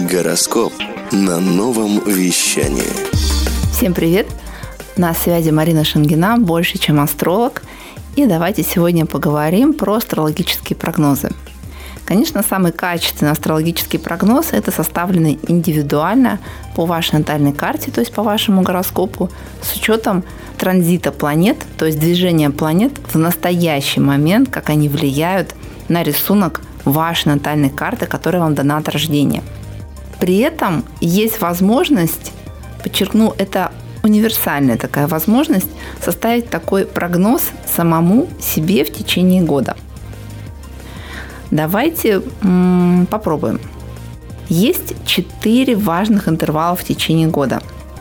Гороскоп на новом вещании. Всем привет! На связи Марина Шангина, больше чем астролог. И давайте сегодня поговорим про астрологические прогнозы. Конечно, самый качественный астрологический прогноз – это составленный индивидуально по вашей натальной карте, то есть по вашему гороскопу, с учетом транзита планет, то есть движения планет в настоящий момент, как они влияют на рисунок вашей натальной карты, которая вам дана от рождения. При этом есть возможность, подчеркну, это универсальная такая возможность составить такой прогноз самому себе в течение года. Давайте попробуем. Есть 4 важных интервала в течение года.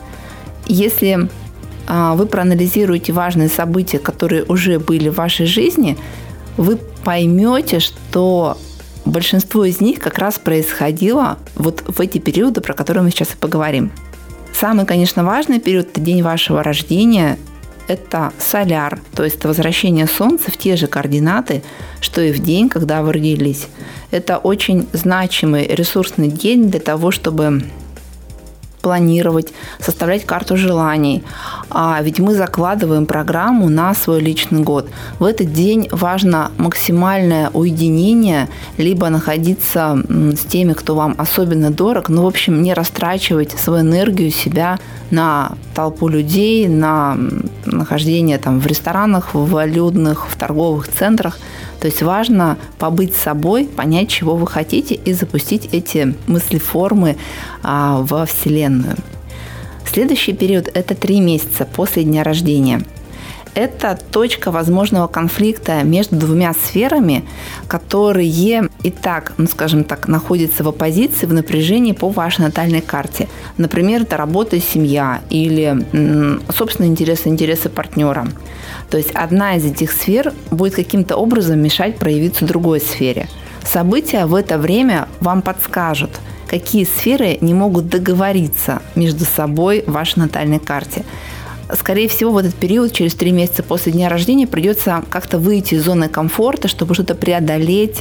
Если вы проанализируете важные события, которые уже были в вашей жизни, вы поймете, что большинство из них как раз происходило вот в эти периоды, про которые мы сейчас и поговорим. Самый, конечно, важный период – это день вашего рождения. Это соляр, то есть это возвращение Солнца в те же координаты, что и в день, когда вы родились. Это очень значимый ресурсный день для того, чтобы планировать, составлять карту желаний. Ведь мы закладываем программу на свой личный год. В этот день важно максимальное уединение, либо находиться с теми, кто вам особенно дорог, но, в общем, не растрачивать свою энергию, себя на толпу людей, на нахождение там в ресторанах, в людных, в торговых центрах. То есть важно побыть собой, понять, чего вы хотите, и запустить эти мыслеформы во Вселенную. Следующий период – это 3 месяца после дня рождения. Это точка возможного конфликта между 2 сферами, которые и так, скажем так, находятся в оппозиции, в напряжении по вашей натальной карте. Например, это работа и семья или собственные интересы партнера. То есть одна из этих сфер будет каким-то образом мешать проявиться другой сфере. События в это время вам подскажут, какие сферы не могут договориться между собой в вашей натальной карте. Скорее всего, в этот период, через 3 месяца после дня рождения, придется как-то выйти из зоны комфорта, чтобы что-то преодолеть,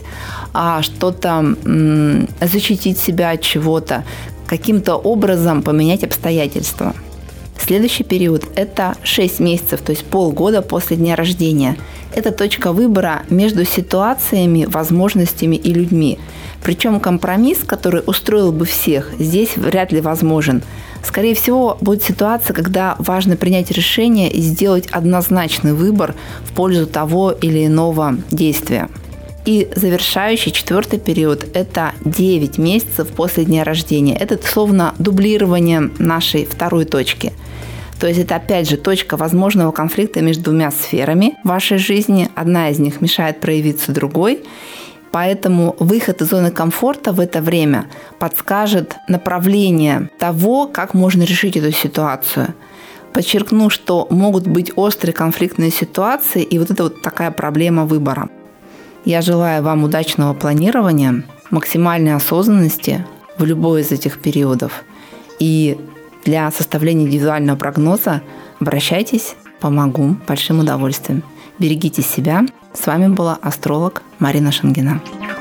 что-то защитить себя от чего-то, каким-то образом поменять обстоятельства. Следующий период – это 6 месяцев, то есть полгода после дня рождения. Это точка выбора между ситуациями, возможностями и людьми. Причем компромисс, который устроил бы всех, здесь вряд ли возможен. Скорее всего, будет ситуация, когда важно принять решение и сделать однозначный выбор в пользу того или иного действия. И завершающий 4-й период – это 9 месяцев после дня рождения. Это словно дублирование нашей 2-й точки. То есть это, опять же, точка возможного конфликта между 2 сферами вашей жизни. Одна из них мешает проявиться другой. Поэтому выход из зоны комфорта в это время подскажет направление того, как можно решить эту ситуацию. Подчеркну, что могут быть острые конфликтные ситуации, и вот это вот такая проблема выбора. Я желаю вам удачного планирования, максимальной осознанности в любой из этих периодов. И для составления индивидуального прогноза обращайтесь, помогу, большим удовольствием. Берегите себя. С вами была астролог Марина Шангина.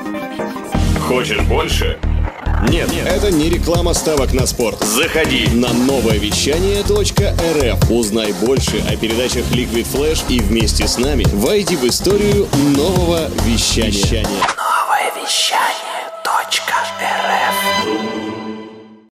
Хочешь больше? Нет, это не реклама ставок на спорт. Заходи на нововещание.рф. Узнай больше о передачах Liquid Flash и вместе с нами войди в историю нового вещания. Новое вещание.